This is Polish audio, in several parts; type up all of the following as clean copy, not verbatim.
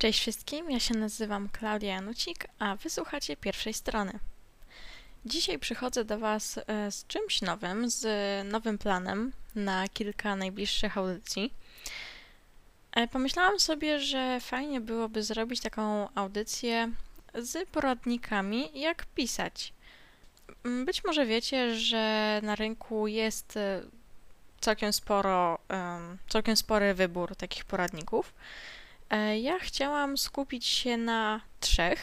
Cześć wszystkim, ja się nazywam Klaudia Janucik, a wysłuchacie pierwszej strony. Dzisiaj przychodzę do Was z czymś nowym, z nowym planem na kilka najbliższych audycji. Pomyślałam sobie, że fajnie byłoby zrobić taką audycję z poradnikami, jak pisać. Być może wiecie, że na rynku jest całkiem spory wybór takich poradników. Ja chciałam skupić się na 3.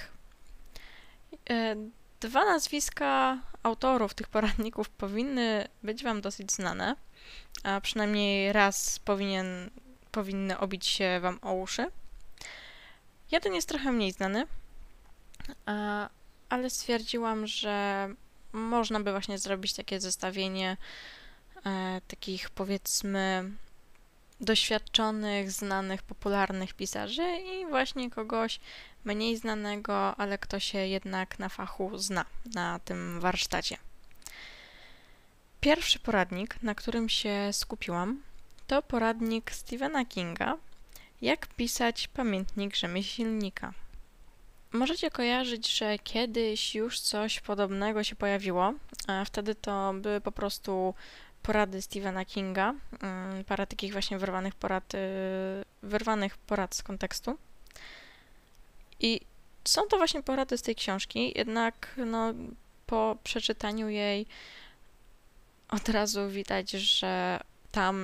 Dwa nazwiska autorów tych poradników powinny być Wam dosyć znane, a przynajmniej raz powinny obić się Wam o uszy. Jeden jest trochę mniej znany, ale stwierdziłam, że można by właśnie zrobić takie zestawienie takich, powiedzmy, doświadczonych, znanych, popularnych pisarzy i właśnie kogoś mniej znanego, ale kto się jednak na fachu zna, na tym warsztacie. Pierwszy poradnik, na którym się skupiłam, to poradnik Stephena Kinga, jak pisać pamiętnik rzemieślnika. Możecie kojarzyć, że kiedyś już coś podobnego się pojawiło, a wtedy to były po prostu porady Stephena Kinga, parę takich właśnie wyrwanych porad z kontekstu. I są to właśnie porady z tej książki, jednak po przeczytaniu jej od razu widać, że tam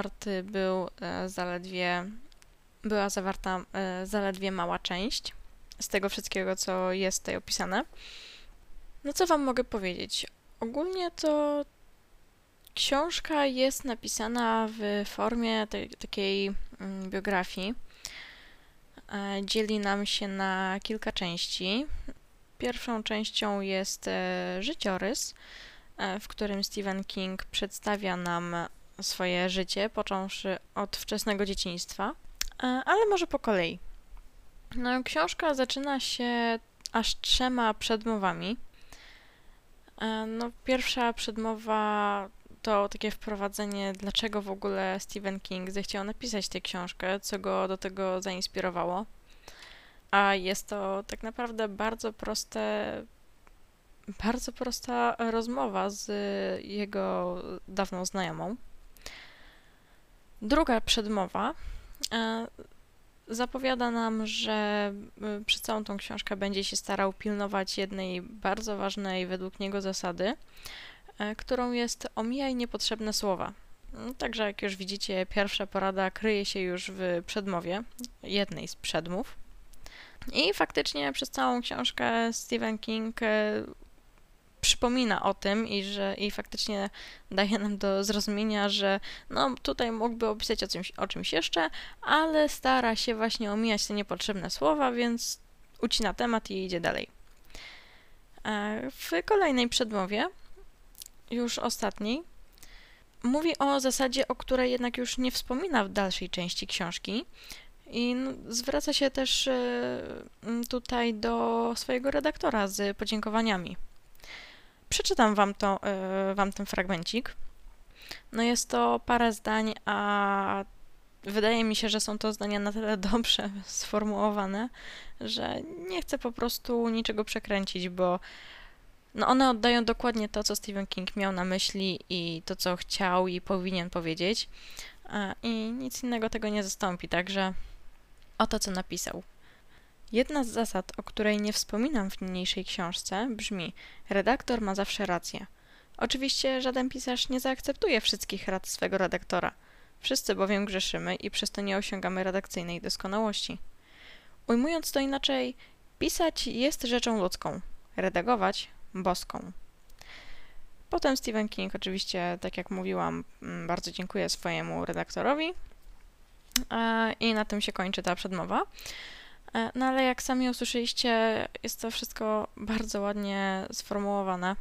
była zawarta zaledwie mała część z tego wszystkiego, co jest tutaj opisane. No co Wam mogę powiedzieć? Ogólnie to książka jest napisana w formie takiej biografii. Dzieli nam się na kilka części. Pierwszą częścią jest życiorys, w którym Stephen King przedstawia nam swoje życie, począwszy od wczesnego dzieciństwa, ale może po kolei. Książka zaczyna się aż 3 przedmowami. Pierwsza przedmowa to takie wprowadzenie, dlaczego w ogóle Stephen King zechciał napisać tę książkę, co go do tego zainspirowało. A jest to tak naprawdę bardzo prosta rozmowa z jego dawną znajomą. Druga przedmowa zapowiada nam, że przez całą tą książkę będzie się starał pilnować jednej bardzo ważnej według niego zasady, którą jest omijaj niepotrzebne słowa. Także jak już widzicie, pierwsza porada kryje się już w przedmowie, jednej z przedmów. I faktycznie przez całą książkę Stephen King przypomina o tym i faktycznie daje nam do zrozumienia, że tutaj mógłby opisać o czymś jeszcze, ale stara się właśnie omijać te niepotrzebne słowa, więc ucina temat i idzie dalej. W kolejnej przedmowie, już ostatniej, mówi o zasadzie, o której jednak już nie wspomina w dalszej części książki i zwraca się też tutaj do swojego redaktora z podziękowaniami. Przeczytam wam ten fragmencik. Jest to parę zdań, a wydaje mi się, że są to zdania na tyle dobrze sformułowane, że nie chcę po prostu niczego przekręcić, bo one oddają dokładnie to, co Stephen King miał na myśli i to, co chciał i powinien powiedzieć, i nic innego tego nie zastąpi, także oto, co napisał. Jedna z zasad, o której nie wspominam w niniejszej książce, brzmi: redaktor ma zawsze rację. Oczywiście żaden pisarz nie zaakceptuje wszystkich rad swego redaktora. Wszyscy bowiem grzeszymy i przez to nie osiągamy redakcyjnej doskonałości. Ujmując to inaczej, pisać jest rzeczą ludzką, redagować boską. Potem Stephen King oczywiście, tak jak mówiłam, bardzo dziękuję swojemu redaktorowi i na tym się kończy ta przedmowa. Ale jak sami usłyszeliście, jest to wszystko bardzo ładnie sformułowane.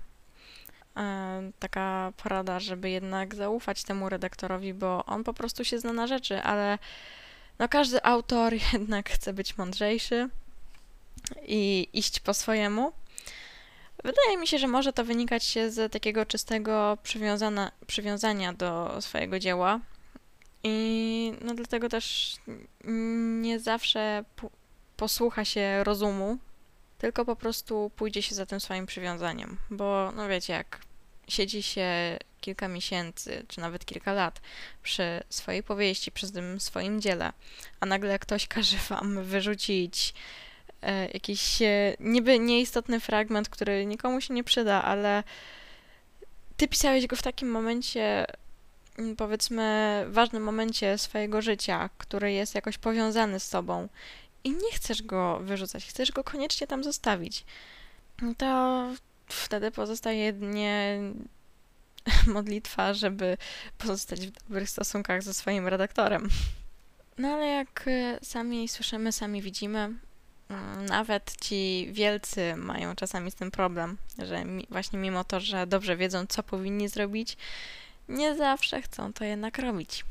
Taka porada, żeby jednak zaufać temu redaktorowi, bo on po prostu się zna na rzeczy, ale każdy autor jednak chce być mądrzejszy i iść po swojemu. Wydaje mi się, że może to wynikać się z takiego czystego przywiązania do swojego dzieła i dlatego też nie zawsze posłucha się rozumu, tylko po prostu pójdzie się za tym swoim przywiązaniem. Bo, no wiecie, jak siedzi się kilka miesięcy, czy nawet kilka lat przy swojej powieści, przy tym swoim dziele, a nagle ktoś każe wam wyrzucić jakiś niby nieistotny fragment, który nikomu się nie przyda, ale ty pisałeś go w takim momencie, powiedzmy, ważnym momencie swojego życia, który jest jakoś powiązany z tobą i nie chcesz go wyrzucać, chcesz go koniecznie tam zostawić, to wtedy pozostaje jedynie modlitwa, żeby pozostać w dobrych stosunkach ze swoim redaktorem. No ale jak sami słyszymy, sami widzimy, nawet ci wielcy mają czasami z tym problem, że właśnie mimo to, że dobrze wiedzą, co powinni zrobić, nie zawsze chcą to jednak robić.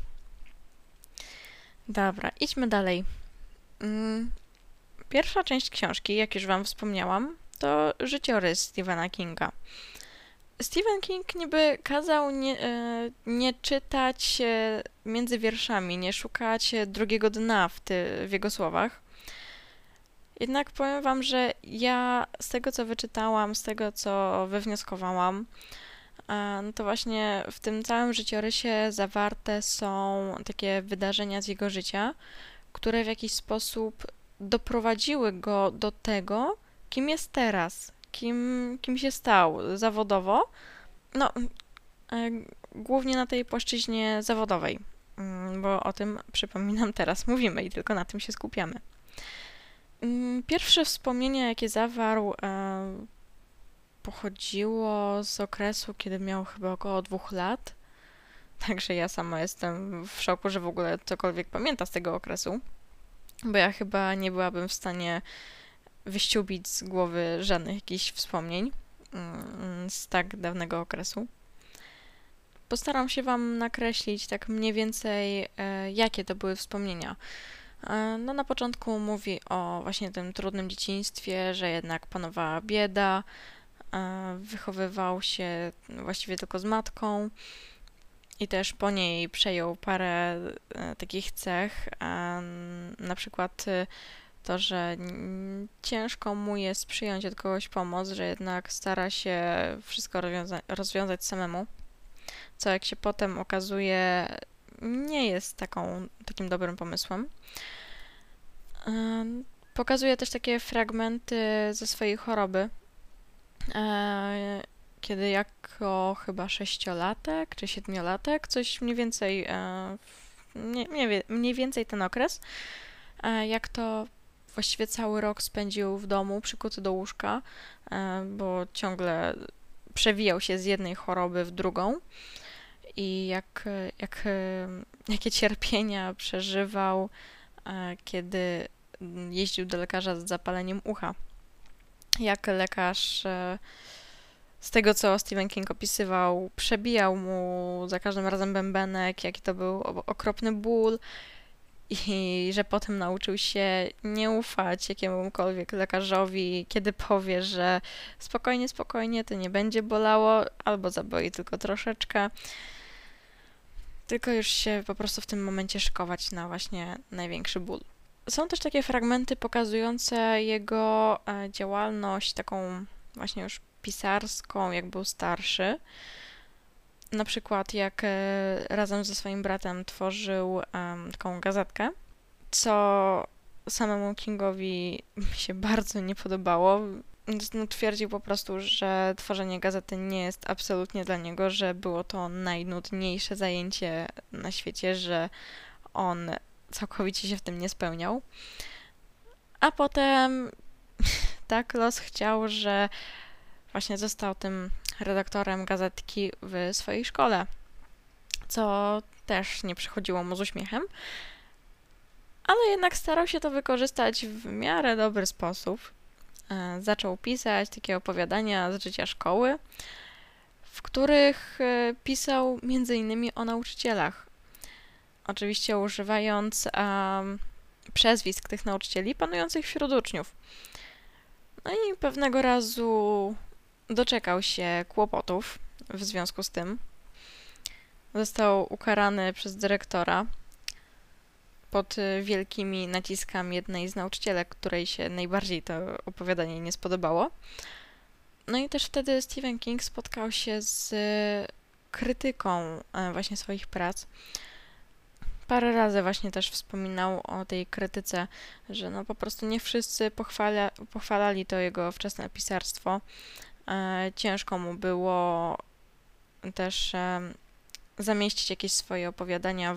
Dobra, idźmy dalej. Pierwsza część książki, jak już wam wspomniałam, to życiorys Stephena Kinga. Stephen King niby kazał nie czytać między wierszami, nie szukać drugiego dna w jego słowach. Jednak powiem wam, że ja z tego, co wyczytałam, z tego, co wywnioskowałam, no to właśnie w tym całym życiorysie zawarte są takie wydarzenia z jego życia, które w jakiś sposób doprowadziły go do tego, kim jest teraz, kim się stał zawodowo, no głównie na tej płaszczyźnie zawodowej, bo o tym, przypominam, teraz mówimy i tylko na tym się skupiamy. Pierwsze wspomnienie, jakie zawarł, pochodziło z okresu, kiedy miał chyba około 2 lat. Także ja sama jestem w szoku, że w ogóle cokolwiek pamięta z tego okresu, bo ja chyba nie byłabym w stanie wyściubić z głowy żadnych jakichś wspomnień z tak dawnego okresu. Postaram się wam nakreślić tak mniej więcej, jakie to były wspomnienia. No na początku mówi o właśnie tym trudnym dzieciństwie, że jednak panowała bieda, wychowywał się właściwie tylko z matką i też po niej przejął parę takich cech, na przykład to, że ciężko mu jest przyjąć od kogoś pomoc, że jednak stara się wszystko rozwiązać samemu, co jak się potem okazuje nie jest takim dobrym pomysłem. Pokazuje też takie fragmenty ze swojej choroby, kiedy jako chyba 6-latek czy 7-latek, coś mniej więcej, mniej więcej ten okres, jak to właściwie cały rok spędził w domu, przykuty do łóżka, bo ciągle przewijał się z jednej choroby w drugą i jakie cierpienia przeżywał, kiedy jeździł do lekarza z zapaleniem ucha. Jak lekarz, z tego co Stephen King opisywał, przebijał mu za każdym razem bębenek, jaki to był okropny ból i że potem nauczył się nie ufać jakiemukolwiek lekarzowi, kiedy powie, że spokojnie, to nie będzie bolało, albo zaboli tylko troszeczkę. Tylko już się po prostu w tym momencie szykować na właśnie największy ból. Są też takie fragmenty pokazujące jego działalność taką właśnie już pisarską, jak był starszy. Na przykład jak razem ze swoim bratem tworzył taką gazetkę, co samemu Kingowi się bardzo nie podobało. No, twierdził po prostu, że tworzenie gazety nie jest absolutnie dla niego, że było to najnudniejsze zajęcie na świecie, że on całkowicie się w tym nie spełniał. A potem tak los chciał, że właśnie został tym redaktorem gazetki w swojej szkole, co też nie przychodziło mu z uśmiechem, ale jednak starał się to wykorzystać w miarę dobry sposób. Zaczął pisać takie opowiadania z życia szkoły, w których pisał m.in. o nauczycielach. Oczywiście używając przezwisk tych nauczycieli panujących wśród uczniów. No i pewnego razu doczekał się kłopotów w związku z tym. Został ukarany przez dyrektora, pod wielkimi naciskami jednej z nauczycielek, której się najbardziej to opowiadanie nie spodobało. No i też wtedy Stephen King spotkał się z krytyką właśnie swoich prac. Parę razy właśnie też wspominał o tej krytyce, że no po prostu nie wszyscy pochwalali to jego wczesne pisarstwo. Ciężko mu było też zamieścić jakieś swoje opowiadania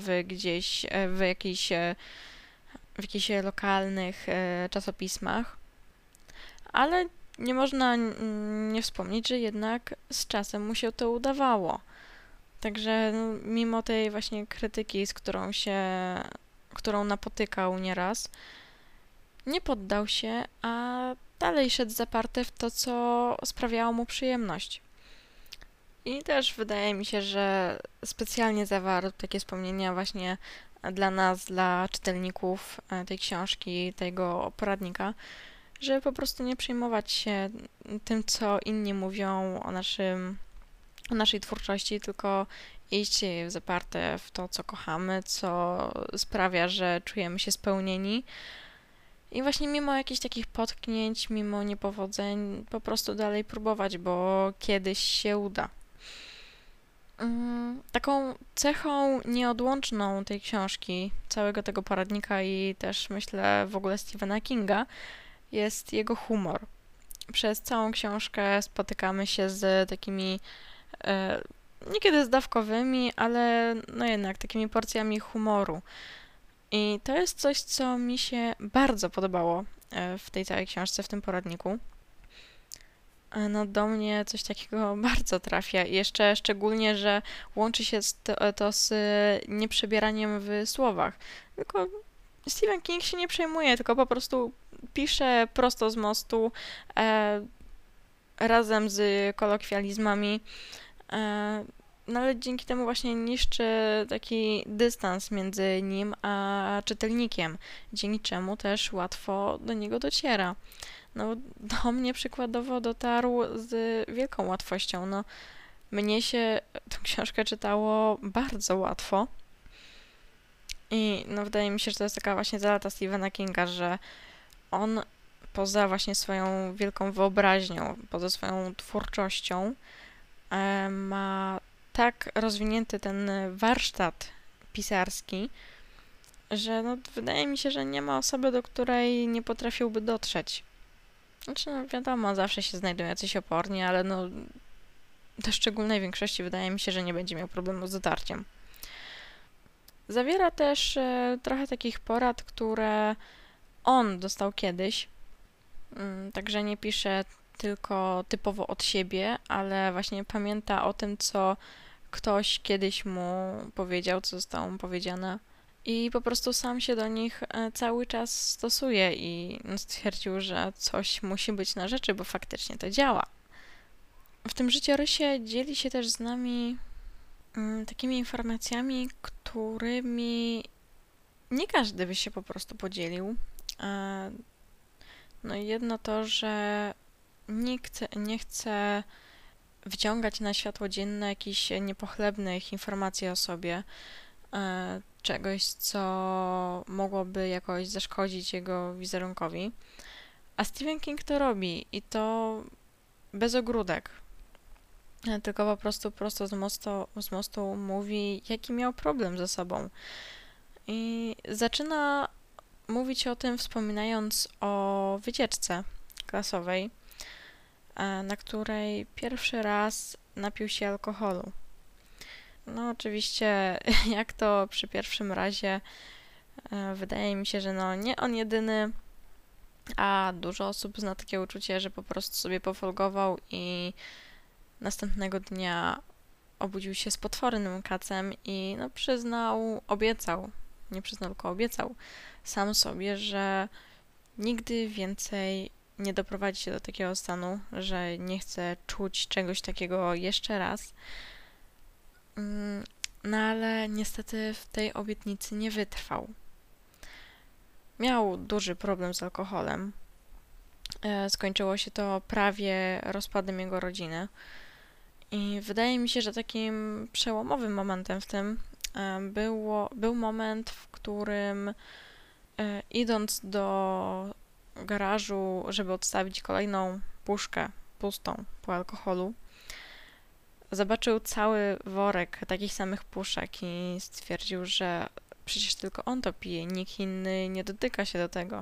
w jakichś lokalnych czasopismach, ale nie można nie wspomnieć, że jednak z czasem mu się to udawało. Także no, mimo tej właśnie krytyki, którą napotykał nieraz, nie poddał się, a dalej szedł zaparte w to, co sprawiało mu przyjemność. I też wydaje mi się, że specjalnie zawarł takie wspomnienia właśnie dla nas, dla czytelników tej książki, tego poradnika, żeby po prostu nie przejmować się tym, co inni mówią o naszej twórczości, tylko iść zaparte w to, co kochamy, co sprawia, że czujemy się spełnieni. I właśnie mimo jakichś takich potknięć, mimo niepowodzeń, po prostu dalej próbować, bo kiedyś się uda. Taką cechą nieodłączną tej książki, całego tego poradnika i też myślę w ogóle Stephena Kinga jest jego humor. Przez całą książkę spotykamy się z takimi niekiedy zdawkowymi, ale no jednak takimi porcjami humoru. I to jest coś, co mi się bardzo podobało w tej całej książce, w tym poradniku. No do mnie coś takiego bardzo trafia i jeszcze szczególnie, że łączy się to z nieprzebieraniem w słowach. Tylko Stephen King się nie przejmuje, tylko po prostu pisze prosto z mostu razem z kolokwializmami. No ale dzięki temu właśnie niszczy taki dystans między nim a czytelnikiem, dzięki czemu też łatwo do niego dociera. No, do mnie przykładowo dotarł z wielką łatwością. No, mnie się tę książkę czytało bardzo łatwo. I no, wydaje mi się, że to jest taka właśnie zaleta Stephena Kinga, że on poza właśnie swoją wielką wyobraźnią, poza swoją twórczością ma tak rozwinięty ten warsztat pisarski, że no, wydaje mi się, że nie ma osoby, do której nie potrafiłby dotrzeć. Znaczy, no wiadomo, zawsze się znajdują jacyś oporni, ale no do szczególnej większości wydaje mi się, że nie będzie miał problemu z dotarciem. Zawiera też trochę takich porad, które on dostał kiedyś, także nie pisze tylko typowo od siebie, ale właśnie pamięta o tym, co ktoś kiedyś mu powiedział, co zostało mu powiedziane i po prostu sam się do nich cały czas stosuje i stwierdził, że coś musi być na rzeczy, bo faktycznie to działa. W tym życiorysie dzieli się też z nami takimi informacjami, którymi nie każdy by się po prostu podzielił. No i jedno to, że nikt nie chce wciągać na światło dzienne jakichś niepochlebnych informacji o sobie, czegoś, co mogłoby jakoś zaszkodzić jego wizerunkowi. A Stephen King to robi i to bez ogródek. Tylko po prostu prosto z mostu mówi, jaki miał problem ze sobą. I zaczyna mówić o tym, wspominając o wycieczce klasowej, na której pierwszy raz napił się alkoholu. No oczywiście, jak to przy pierwszym razie, wydaje mi się, że no nie on jedyny, a dużo osób zna takie uczucie, że po prostu sobie pofolgował i następnego dnia obudził się z potwornym kacem i no obiecał sam sobie, że nigdy więcej nie doprowadzi się do takiego stanu, że nie chce czuć czegoś takiego jeszcze raz. No ale niestety w tej obietnicy nie wytrwał. Miał duży problem z alkoholem. Skończyło się to prawie rozpadem jego rodziny. I wydaje mi się, że takim przełomowym momentem w tym Był moment, w którym idąc do garażu, żeby odstawić kolejną puszkę pustą po alkoholu, zobaczył cały worek takich samych puszek i stwierdził, że przecież tylko on to pije, nikt inny nie dotyka się do tego.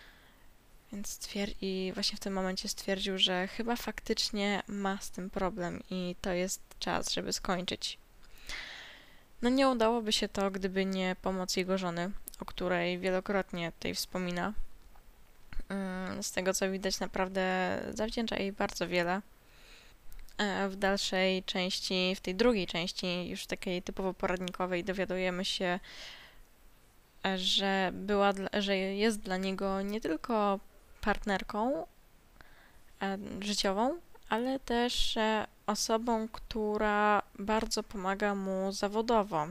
I właśnie w tym momencie stwierdził, że chyba faktycznie ma z tym problem i to jest czas, żeby skończyć. No nie udałoby się to, gdyby nie pomoc jego żony, o której wielokrotnie tutaj wspomina. Z tego co widać, naprawdę zawdzięcza jej bardzo wiele. W dalszej części, w tej drugiej części, już takiej typowo poradnikowej, dowiadujemy się, że jest dla niego nie tylko partnerką życiową, ale też osobą, która bardzo pomaga mu zawodowo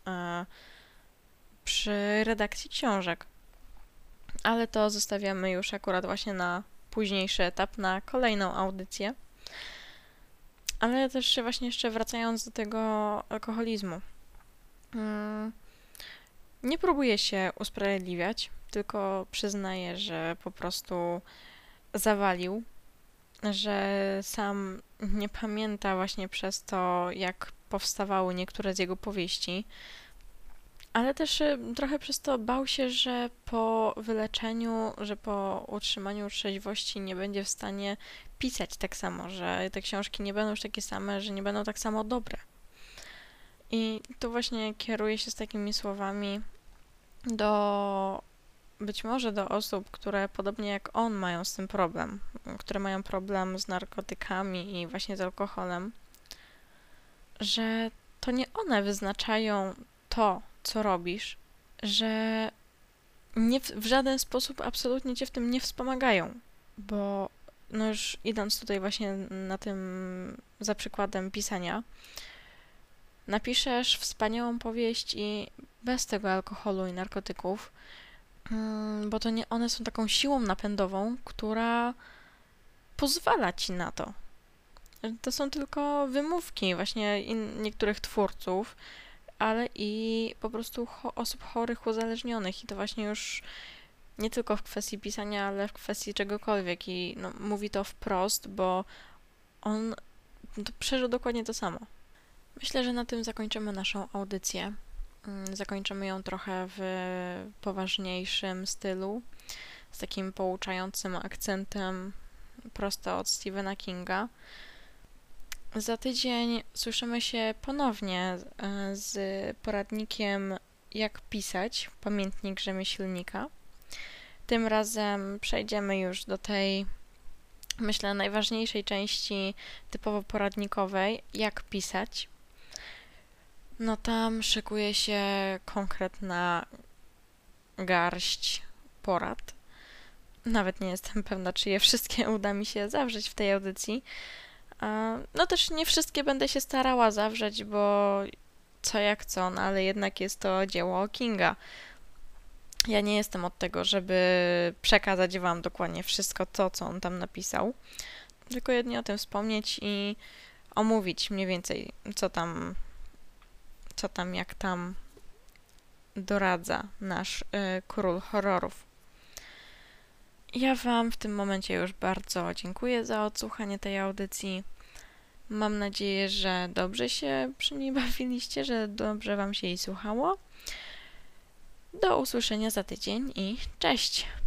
przy redakcji książek. Ale to zostawiamy już akurat właśnie na późniejszy etap, na kolejną audycję. Ale też właśnie jeszcze wracając do tego alkoholizmu. Nie próbuję się usprawiedliwiać, tylko przyznaję, że po prostu zawalił, że sam nie pamięta właśnie przez to, jak powstawały niektóre z jego powieści, ale też trochę przez to bał się, że po wyleczeniu, że po utrzymaniu trzeźwości nie będzie w stanie pisać tak samo, że te książki nie będą już takie same, że nie będą tak samo dobre. I tu właśnie kieruję się z takimi słowami być może do osób, które podobnie jak on mają z tym problem, które mają problem z narkotykami i właśnie z alkoholem, że to nie one wyznaczają to, co robisz, że w żaden sposób absolutnie cię w tym nie wspomagają, bo no już idąc tutaj właśnie na tym za przykładem pisania, napiszesz wspaniałą powieść i bez tego alkoholu i narkotyków, bo to nie one są taką siłą napędową, która pozwala ci na to. To są tylko wymówki właśnie niektórych twórców, ale i po prostu osób chorych, uzależnionych i to właśnie już nie tylko w kwestii pisania, ale w kwestii czegokolwiek i no, mówi to wprost, bo on przeżył dokładnie to samo. Myślę, że na tym zakończymy naszą audycję. Zakończymy ją trochę w poważniejszym stylu, z takim pouczającym akcentem prosto od Stephena Kinga. Za tydzień słyszymy się ponownie z poradnikiem Jak pisać, pamiętnik rzemieślnika. Tym razem przejdziemy już do tej, myślę, najważniejszej części typowo poradnikowej, jak pisać. No tam szykuje się konkretna garść porad. Nawet nie jestem pewna, czy je wszystkie uda mi się zawrzeć w tej audycji. No też nie wszystkie będę się starała zawrzeć, bo co jak co, no ale jednak jest to dzieło Kinga. Ja nie jestem od tego, żeby przekazać wam dokładnie wszystko to, co on tam napisał, tylko jedynie o tym wspomnieć i omówić mniej więcej, co tam, jak tam doradza nasz król horrorów. Ja wam w tym momencie już bardzo dziękuję za odsłuchanie tej audycji. Mam nadzieję, że dobrze się przy niej bawiliście, że dobrze wam się jej słuchało. Do usłyszenia za tydzień i cześć!